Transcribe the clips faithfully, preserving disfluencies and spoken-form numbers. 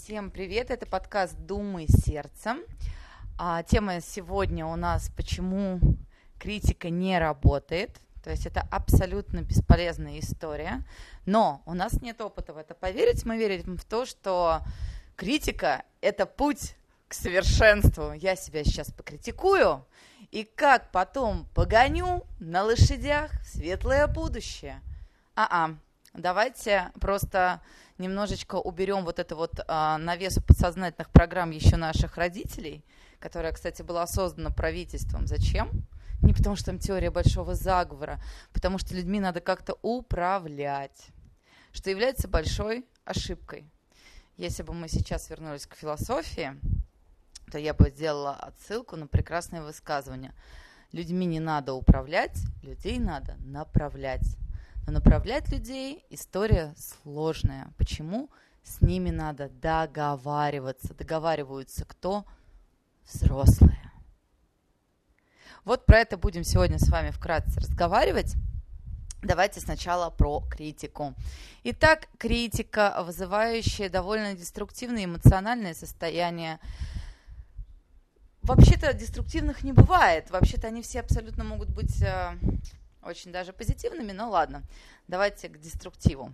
Всем привет, это подкаст «Думай сердцем». А, тема сегодня у нас «Почему критика не работает». То есть это абсолютно бесполезная история. Но у нас нет опыта в это поверить. Мы верим в то, что критика – это путь к совершенству. Я себя сейчас покритикую, и как потом погоню на лошадях в светлое будущее. А-а. Давайте просто немножечко уберем вот это вот а, навес подсознательных программ еще наших родителей, которая, кстати, была создана правительством. Зачем? Не потому что там теория большого заговора, потому что людьми надо как-то управлять, что является большой ошибкой. Если бы мы сейчас вернулись к философии, то я бы сделала отсылку на прекрасное высказывание. Людьми не надо управлять, людей надо направлять. Но направлять людей история сложная. Почему? С ними надо договариваться. Договариваются кто? Взрослые. Вот про это будем сегодня с вами вкратце разговаривать. Давайте сначала про критику. Итак, критика, вызывающая довольно деструктивные эмоциональные состояния. Вообще-то деструктивных не бывает. Вообще-то они все абсолютно могут быть э, очень даже позитивными, но ладно. Давайте к деструктиву.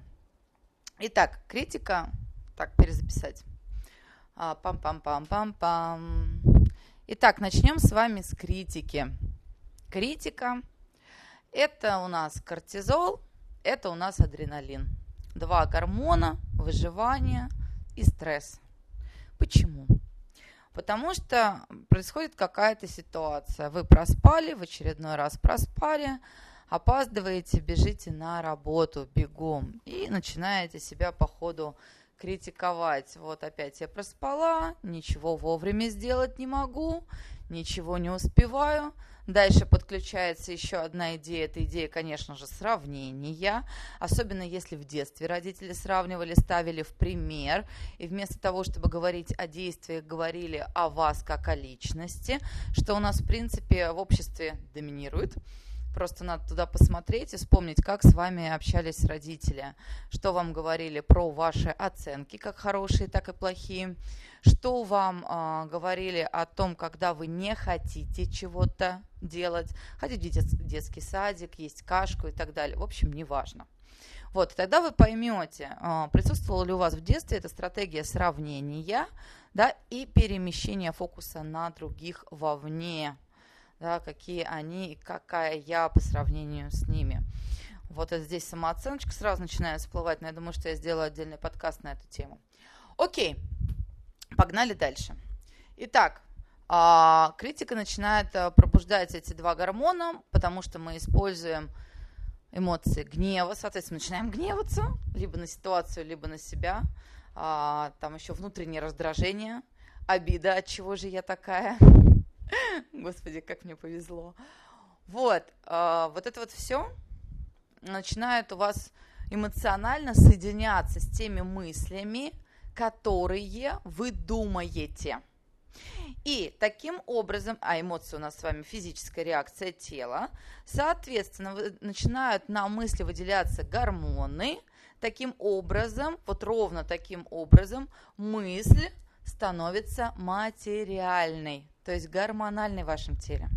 Итак, критика. Так, перезаписать. А, пам-пам-пам-пам-пам. Итак, начнем с вами с критики. Критика – это у нас кортизол, это у нас адреналин. Два гормона, выживание и стресс. Почему? Потому что происходит какая-то ситуация. Вы проспали, в очередной раз проспали, опаздываете, бежите на работу бегом и начинаете себя по ходу критиковать. Вот опять я проспала, ничего вовремя сделать не могу, ничего не успеваю. Дальше подключается еще одна идея. Эта идея, конечно же, сравнения. Особенно если в детстве родители сравнивали, ставили в пример. И вместо того, чтобы говорить о действиях, говорили о вас как о личности, что у нас, в принципе, в обществе доминирует. Просто надо туда посмотреть и вспомнить, как с вами общались родители, что вам говорили про ваши оценки, как хорошие, так и плохие, что вам э, говорили о том, когда вы не хотите чего-то делать, хотите в детский садик, есть кашку и так далее. В общем, неважно. Вот, тогда вы поймете, э, присутствовала ли у вас в детстве эта стратегия сравнения, да, и перемещения фокуса на других вовне. Да, какие они и какая я по сравнению с ними. Вот это здесь самооценочка сразу начинает всплывать, но я думаю, что я сделаю отдельный подкаст на эту тему. Окей, погнали дальше. Итак, критика начинает пробуждать эти два гормона, потому что мы используем эмоции гнева, соответственно, начинаем гневаться либо на ситуацию, либо на себя. Там еще внутреннее раздражение, обида, от чего же я такая. Господи, как мне повезло. Вот, э, вот это вот все начинает у вас эмоционально соединяться с теми мыслями, которые вы думаете. И таким образом, а эмоции у нас с вами физическая реакция тела, соответственно, начинают на мысли выделяться гормоны. Таким образом, вот ровно таким образом мысль становится материальной, то есть гормональной в вашем теле.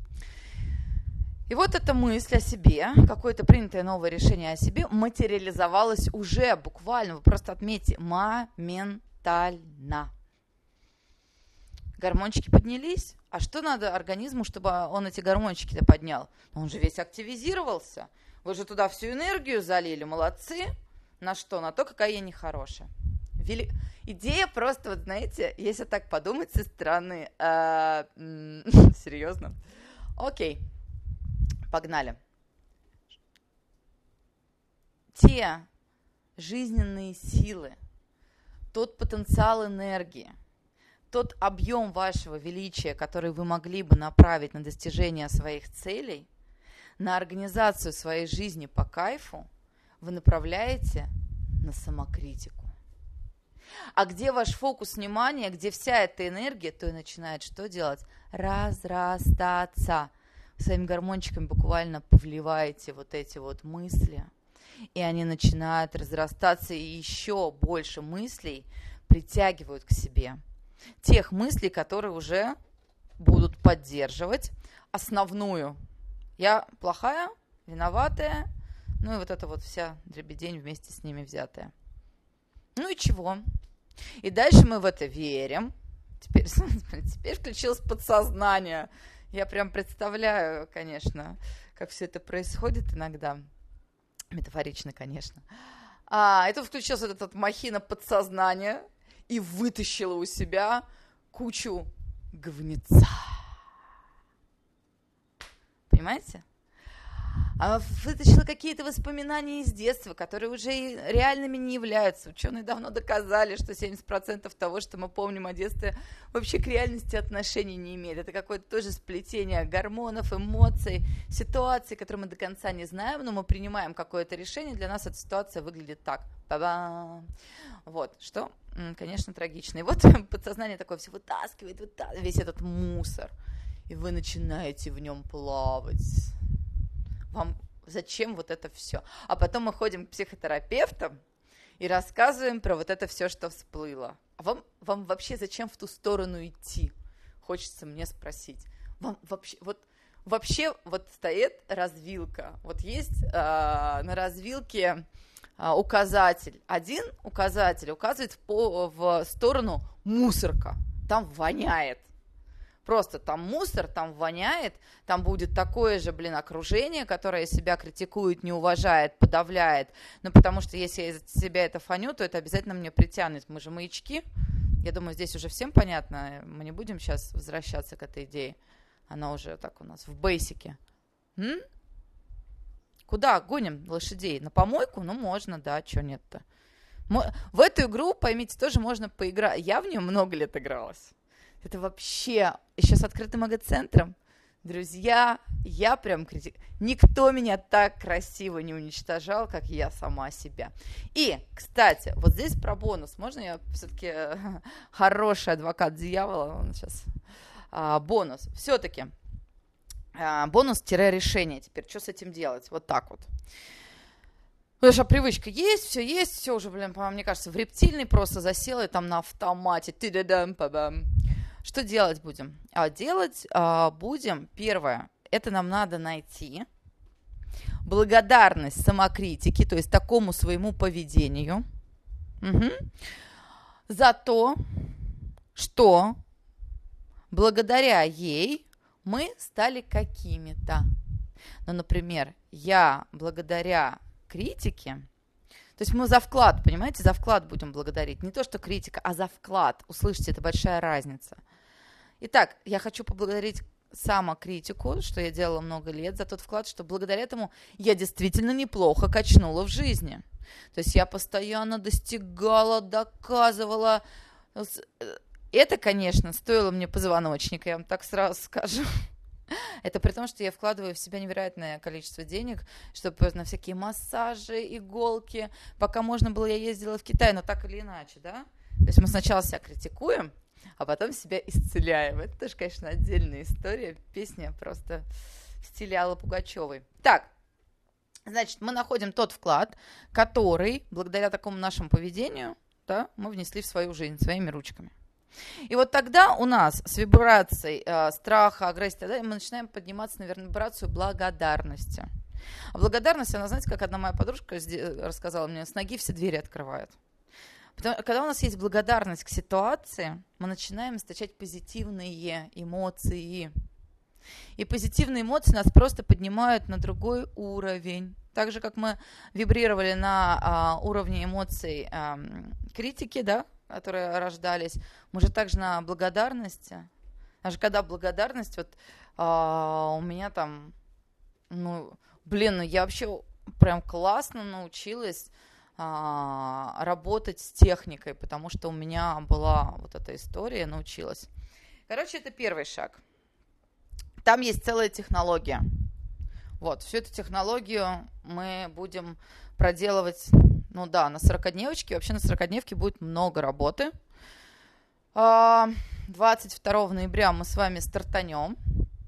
И вот эта мысль о себе, какое-то принятое новое решение о себе материализовалось уже буквально, вы просто отметьте, моментально. Гормончики поднялись, а что надо организму, чтобы он эти гормончики-то поднял? Он же весь активизировался, вы же туда всю энергию залили, молодцы. На что? На то, какая я нехорошая. Вели... Идея просто, вот знаете, если так подумать со стороны, э, серьезно. Окей, погнали. Те жизненные силы, тот потенциал энергии, тот объем вашего величия, который вы могли бы направить на достижение своих целей, на организацию своей жизни по кайфу, вы направляете на самокритику. А где ваш фокус внимания, где вся эта энергия, то и начинает что делать? Разрастаться. Своими гормончиками буквально повливаете вот эти вот мысли, и они начинают разрастаться, и еще больше мыслей притягивают к себе тех мыслей, которые уже будут поддерживать основную. Я плохая, виноватая, ну и вот эта вот вся дребедень вместе с ними взятая. Ну и чего? И дальше мы в это верим. Теперь, теперь включилось подсознание. Я прям представляю, конечно, как все это происходит иногда. Метафорично, конечно. А, это включилась вот эта махина подсознания и вытащила у себя кучу говнеца. Понимаете? Она вытащила какие-то воспоминания из детства, которые уже реальными не являются. Ученые давно доказали, что семьдесят процентов того, что мы помним о детстве, вообще к реальности отношения не имеет. Это какое-то тоже сплетение гормонов, эмоций, ситуаций, которые мы до конца не знаем, но мы принимаем какое-то решение, для нас эта ситуация выглядит так. Ба-бам. Вот, что, конечно, трагично. И вот подсознание такое все вытаскивает, вытаскивает весь этот мусор, и вы начинаете в нем плавать. Вам зачем вот это все? А потом мы ходим к психотерапевтам и рассказываем про вот это все, что всплыло. А вам, вам вообще зачем в ту сторону идти? Хочется мне спросить. Вам вообще вот, вообще вот стоит развилка. Вот есть э, на развилке э, указатель. Один указатель указывает в, по, в сторону мусорка. Там воняет. Просто там мусор, там воняет, там будет такое же, блин, окружение, которое себя критикует, не уважает, подавляет. Ну, потому что если я из себя это фаню, то это обязательно мне притянет. Мы же маячки. Я думаю, здесь уже всем понятно. Мы не будем сейчас возвращаться к этой идее. Она уже так у нас в бейсике. М? Куда гоним лошадей? На помойку? Ну, можно, да, чё нет-то. В эту игру, поймите, тоже можно поиграть. Я в нее много лет игралась. Это вообще еще с открытым эго-центром. Друзья, я прям критик. Никто меня так красиво не уничтожал, как я сама себя. И, кстати, вот здесь про бонус. Можно я все-таки хороший адвокат дьявола? Он сейчас а, бонус. Все-таки а, бонус-решение. Теперь что с этим делать? Вот так вот. Потому что привычка есть, все есть, все уже, блин, мне кажется, в рептильный просто засела и там на автомате. Ты-да-дам, па-бам. Что делать будем? А делать а, будем, первое, это нам надо найти благодарность самокритике, то есть такому своему поведению, угу, за то, что благодаря ей мы стали какими-то. Ну, например, я благодаря критике, то есть мы за вклад, понимаете, за вклад будем благодарить. Не то, что критика, а за вклад. Услышите, это большая разница. Итак, я хочу поблагодарить самокритику, что я делала много лет, за тот вклад, что благодаря этому я действительно неплохо качнула в жизни. То есть я постоянно достигала, доказывала. Это, конечно, стоило мне позвоночника, я вам так сразу скажу. Это при том, что я вкладываю в себя невероятное количество денег, чтобы на всякие массажи, иголки. Пока можно было, я ездила в Китай, но так или иначе, да? То есть мы сначала себя критикуем, а потом себя исцеляем. Это тоже, конечно, отдельная история. Песня просто в стиле Аллы Пугачевой. Так, значит, мы находим тот вклад, который, благодаря такому нашему поведению, да, мы внесли в свою жизнь своими ручками. И вот тогда у нас с вибрацией э, страха, агрессии, да, мы начинаем подниматься на вибрацию благодарности. А благодарность, она, знаете, как одна моя подружка рассказала мне, с ноги все двери открывают. Потому, когда у нас есть благодарность к ситуации, мы начинаем источать позитивные эмоции. И позитивные эмоции нас просто поднимают на другой уровень. Так же, как мы вибрировали на а, уровне эмоций а, критики, да, которые рождались, мы же также на благодарности. Даже когда благодарность, вот а, у меня там, ну, блин, ну я вообще прям классно научилась а, работать с техникой, потому что у меня была вот эта история, я научилась. Короче, это первый шаг. Там есть целая технология. Вот, всю эту технологию мы будем проделывать, ну да, на сорокадневочке. Вообще на сорокадневке будет много работы. двадцать второго ноября мы с вами стартанем.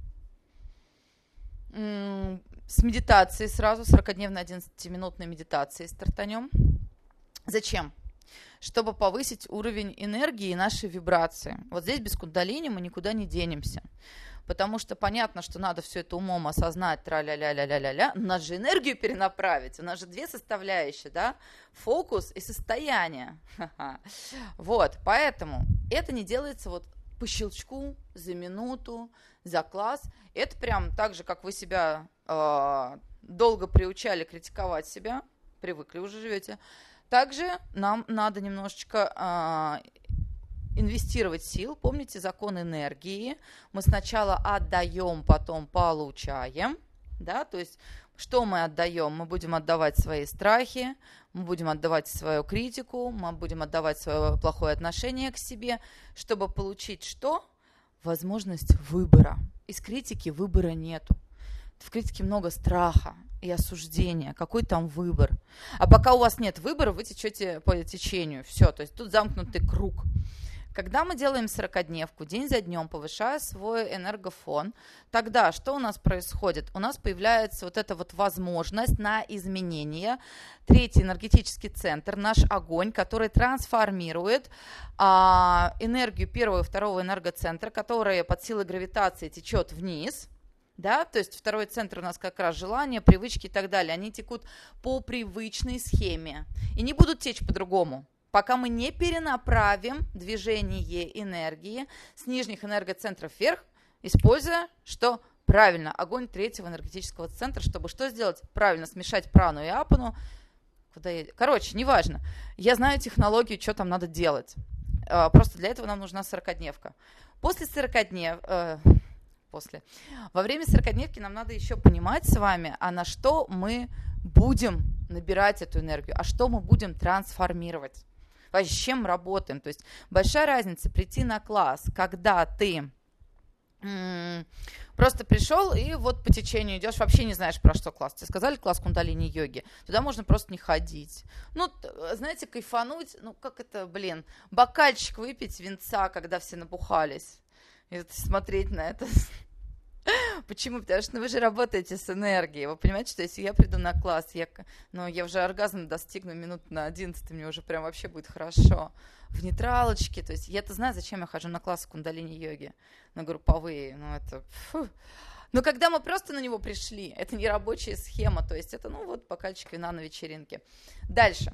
С медитацией сразу, сорокадневной одиннадцатиминутной медитацией стартанем. Зачем? чтобы повысить уровень энергии и нашей вибрации. Вот здесь без кундалини мы никуда не денемся. Потому что понятно, что надо все это умом осознать, тра-ля-ля-ля-ля-ля-ля, надо же энергию перенаправить, у нас же две составляющие, да, фокус и состояние. Вот, поэтому это не делается вот по щелчку, за минуту, за класс. Это прям так же, как вы себя э, долго приучали критиковать себя, привыкли уже живете. Также нам надо немножечко... Э, инвестировать сил. Помните закон энергии? Мы сначала отдаем, потом получаем. Да? То есть, что мы отдаем? Мы будем отдавать свои страхи, мы будем отдавать свою критику, мы будем отдавать свое плохое отношение к себе, чтобы получить что? Возможность выбора. Из критики выбора нету. В критике много страха и осуждения. Какой там выбор? А пока у вас нет выбора, вы течете по течению. Все, то есть тут замкнутый круг. Когда мы делаем сорокадневку день за днем, повышая свой энергофон, тогда что у нас происходит? У нас появляется вот эта вот возможность на изменение. Третий энергетический центр, наш огонь, который трансформирует а, энергию первого и второго энергоцентра, которая под силой гравитации течет вниз. Да, то есть второй центр у нас как раз желания, привычки и так далее. Они текут по привычной схеме и не будут течь по-другому. Пока мы не перенаправим движение энергии с нижних энергоцентров вверх, используя, что правильно, огонь третьего энергетического центра, чтобы что сделать? Правильно смешать прану и апану. Куда я... Короче, неважно. Я знаю технологию, что там надо делать. Просто для этого нам нужна сорокадневка. После сорокаднев... После. Во время сорокадневки нам надо еще понимать с вами, а на что мы будем набирать эту энергию, а что мы будем трансформировать. С чем работаем. То есть большая разница прийти на класс, когда ты м- просто пришел и вот по течению идешь, вообще не знаешь, про что класс. Тебе сказали класс кундалини-йоги, туда можно просто не ходить. Ну, знаете, кайфануть, ну как это, блин, бокальчик выпить винца, когда все набухались. И вот смотреть на это... Почему? Потому что ну, вы же работаете с энергией. Вы понимаете, что если я приду на класс, я, ну, я уже оргазм достигну минут на одиннадцать, мне уже прям вообще будет хорошо. В нейтралочке. То есть я-то знаю, зачем я хожу на классы кундалини-йоги, на групповые. Ну, это... Фу. Но когда мы просто на него пришли, это не рабочая схема. То есть это, ну, вот бокальчик вина на вечеринке. Дальше.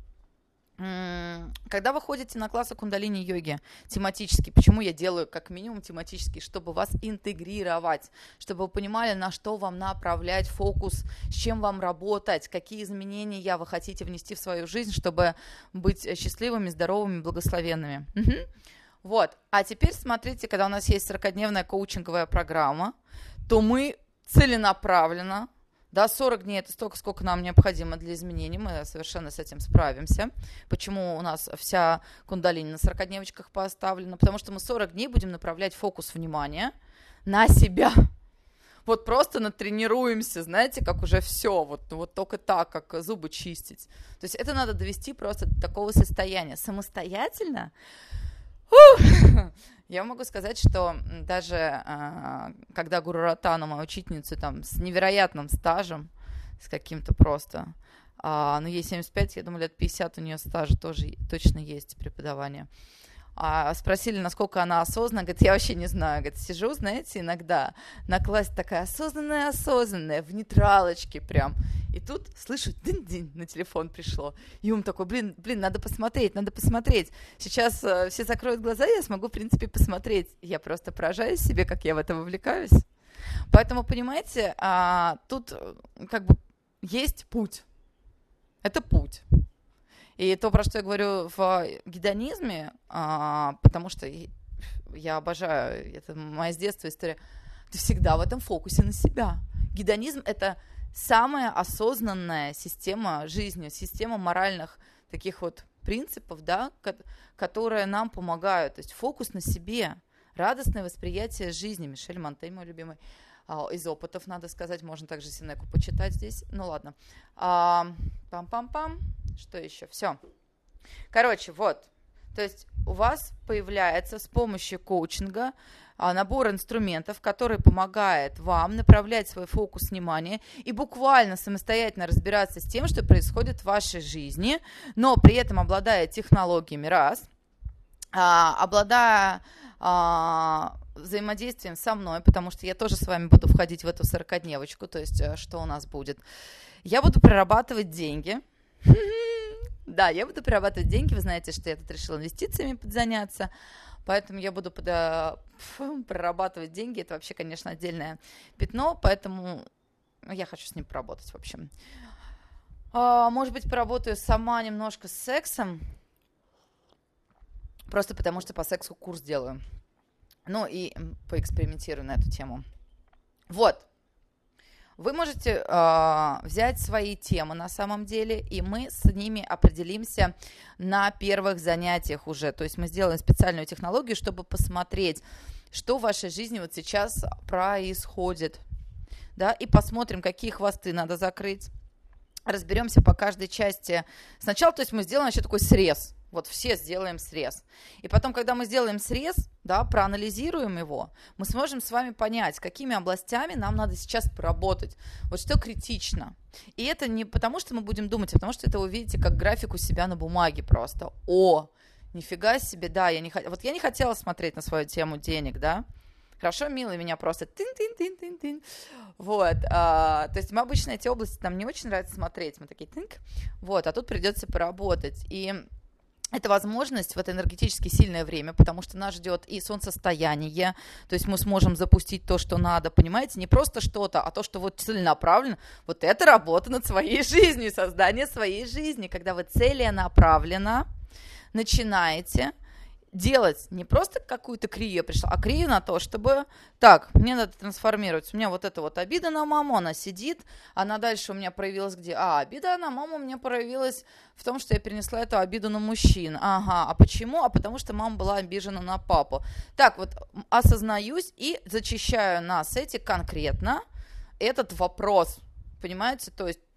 Когда вы ходите на классы кундалини-йоги тематически, почему я делаю как минимум тематически, чтобы вас интегрировать, чтобы вы понимали, на что вам направлять фокус, с чем вам работать, какие изменения вы хотите внести в свою жизнь, чтобы быть счастливыми, здоровыми, благословенными. Угу. Вот. А теперь смотрите, когда у нас есть сорокадневная коучинговая программа, то мы целенаправленно, да, сорок дней – это столько, сколько нам необходимо для изменений, мы совершенно с этим справимся. Почему у нас вся кундалини на сорокадневочках поставлена? Потому что мы сорок дней будем направлять фокус внимания на себя. Вот просто натренируемся, знаете, как уже все, вот, вот только так, как зубы чистить. То есть это надо довести просто до такого состояния. Самостоятельно? Ух! Я могу сказать, что даже э, когда Гуру Ротану, мою учительницу, там, с невероятным стажем, с каким-то просто, э, ну, ей семьдесят пять, я думаю, лет пятьдесят у нее стажа тоже точно есть преподавание, а спросили, насколько она осознанна, говорит, я вообще не знаю, говорит, сижу, знаете, иногда на классе такая осознанная-осознанная, в нейтралочке прям, и тут слышу, дынь-дынь, на телефон пришло, и ум такой, блин, блин, надо посмотреть, надо посмотреть, сейчас э, все закроют глаза, я смогу, в принципе, посмотреть, я просто поражаюсь себе, как я в это вовлекаюсь, поэтому, понимаете, а, тут как бы есть путь, это путь. И то, про что я говорю в гедонизме, а, потому что я обожаю, это моя с детства история, ты всегда в этом фокусе на себя. Гедонизм – это самая осознанная система жизни, система моральных таких вот принципов, да, которые нам помогают. То есть фокус на себе, радостное восприятие жизни. Мишель Монтень, мой любимый. Из опытов, надо сказать, можно также Сенеку почитать здесь. Ну ладно. А, пам-пам-пам. Что еще? Все. Короче, вот. То есть у вас появляется с помощью коучинга набор инструментов, который помогает вам направлять свой фокус внимания и буквально самостоятельно разбираться с тем, что происходит в вашей жизни, но при этом обладая технологиями, раз, обладая взаимодействием со мной, потому что я тоже с вами буду входить в эту сорокадневочку, то есть что у нас будет. Я буду прорабатывать деньги. Да, я буду прорабатывать деньги. Вы знаете, что я тут решила инвестициями подзаняться, поэтому я буду под... прорабатывать деньги. Это вообще, конечно, отдельное пятно, поэтому я хочу с ним поработать, в общем. Может быть, поработаю сама немножко с сексом, просто потому что по сексу курс делаю. Ну и поэкспериментирую на эту тему. Вот. Вы можете э, взять свои темы на самом деле, и мы с ними определимся на первых занятиях уже. То есть мы сделаем специальную технологию, чтобы посмотреть, что в вашей жизни вот сейчас происходит. Да, и посмотрим, какие хвосты надо закрыть. Разберемся по каждой части. Сначала, то есть мы сделаем еще такой срез. Вот все сделаем срез. И потом, когда мы сделаем срез, да, проанализируем его, мы сможем с вами понять, какими областями нам надо сейчас поработать. Вот что критично. И это не потому, что мы будем думать, а потому что это вы видите как график у себя на бумаге просто. О, нифига себе, да, я не хот... вот я не хотела смотреть на свою тему денег, да. Хорошо, милый, меня просто тын-тын-тын-тын-тын. Вот, а, то есть мы обычно эти области нам не очень нравится смотреть. Мы такие тынк. Вот, а тут придется поработать. И это возможность в это энергетически сильное время, потому что нас ждет и солнцестояние, то есть мы сможем запустить то, что надо, понимаете, не просто что-то, а то, что вот целенаправленно, вот это работа над своей жизнью, создание своей жизни, когда вы целенаправленно начинаете делать не просто какую-то крию пришла, а крию на то, чтобы, так, мне надо трансформировать, у меня вот эта вот обида на маму, она сидит, она дальше у меня проявилась где? А, обида на маму у меня проявилась в том, что я перенесла эту обиду на мужчин. Ага, а почему? А потому что мама была обижена на папу. Так, вот осознаюсь и зачищаю на сете конкретно этот вопрос, понимаете, то есть,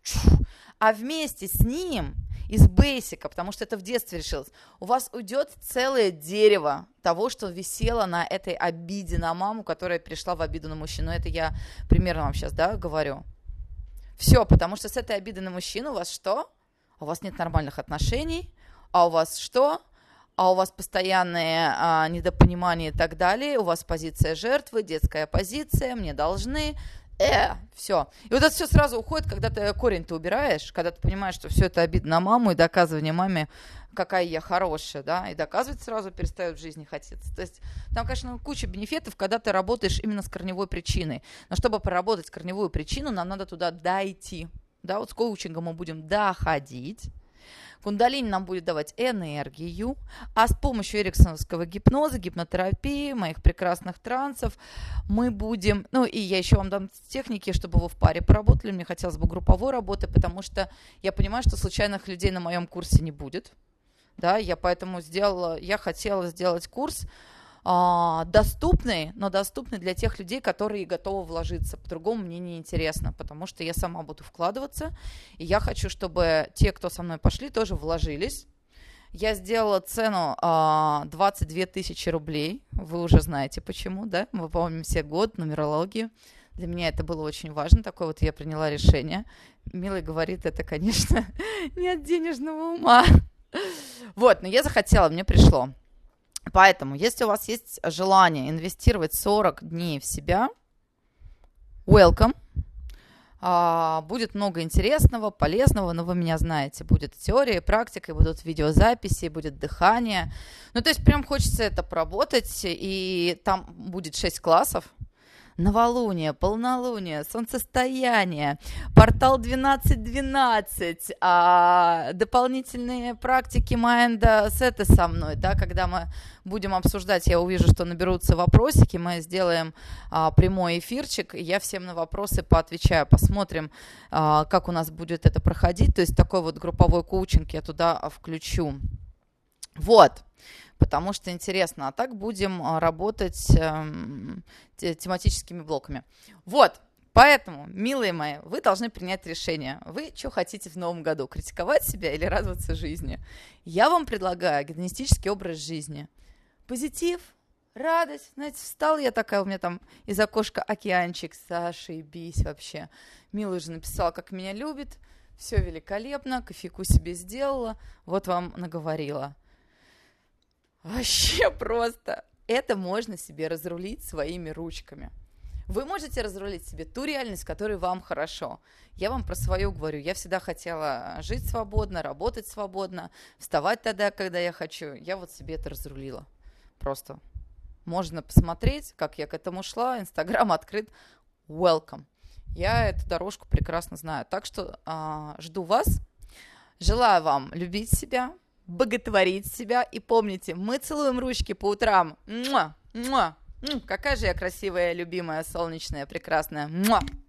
а вместе с ним из бейсика, потому что это в детстве решилось, у вас уйдет целое дерево того, что висело на этой обиде на маму, которая перешла в обиду на мужчину. Это я примерно вам сейчас, да, говорю. Все, потому что с этой обидой на мужчину у вас что? У вас нет нормальных отношений, а у вас что? А у вас постоянные а, недопонимания и так далее, у вас позиция жертвы, детская позиция, мне должны... Э, все. И вот это все сразу уходит, когда ты корень-то убираешь, когда ты понимаешь, что все это обидно на маму и доказывание маме, какая я хорошая, да, и доказывать сразу перестает в жизни хотеться. То есть там, конечно, куча бенефитов, когда ты работаешь именно с корневой причиной. Но чтобы проработать корневую причину, нам надо туда дойти. Да, вот с коучингом мы будем доходить. Кундалини нам будет давать энергию, а с помощью эриксоновского гипноза, гипнотерапии, моих прекрасных трансов мы будем, ну и я еще вам дам техники, чтобы вы в паре поработали, мне хотелось бы групповой работы, потому что я понимаю, что случайных людей на моем курсе не будет, да, я поэтому сделала, я хотела сделать курс а, доступный, но доступный для тех людей, которые готовы вложиться. По-другому мне не интересно, потому что я сама буду вкладываться, и я хочу, чтобы те, кто со мной пошли, тоже вложились. Я сделала цену а, двадцать две тысячи рублей, вы уже знаете почему, да? Мы помним все год, нумерологию. Для меня это было очень важно, такое вот я приняла решение. Милый говорит, это, конечно, не от денежного ума. Вот, но я захотела, мне пришло. Поэтому, если у вас есть желание инвестировать сорок дней в себя, welcome. А, будет много интересного, полезного, но вы меня знаете. Будет теория, практика, будут видеозаписи, будет дыхание. Ну, то есть прям хочется это поработать, и там будет шесть классов. Новолуние, полнолуние, солнцестояние, портал двенадцать двенадцать, а, дополнительные практики майнда сеты со мной, да, когда мы будем обсуждать, я увижу, что наберутся вопросики, мы сделаем а, прямой эфирчик, и я всем на вопросы поотвечаю, посмотрим, а, как у нас будет это проходить, то есть такой вот групповой коучинг я туда включу. Вот. Потому что интересно, а так будем работать э, тематическими блоками. Вот, поэтому, милые мои, вы должны принять решение. Вы что хотите в новом году, критиковать себя или радоваться жизни? Я вам предлагаю гедонистический образ жизни. Позитив, радость. Знаете, встал я такая, у меня там из окошка океанчик, зашибись вообще. Мила же написала, как меня любит, все великолепно, кофейку себе сделала, вот вам наговорила. Вообще просто. Это можно себе разрулить своими ручками. Вы можете разрулить себе ту реальность, в которой вам хорошо. Я вам про свою говорю. Я всегда хотела жить свободно, работать свободно, вставать тогда, когда я хочу. Я вот себе это разрулила. Просто можно посмотреть, как я к этому шла. Инстаграм открыт. Welcome. Я эту дорожку прекрасно знаю. Так что а, жду вас. Желаю вам любить себя, боготворить себя. И помните, мы целуем ручки по утрам. Муа! Муа! Какая же я красивая, любимая, солнечная, прекрасная. Муа!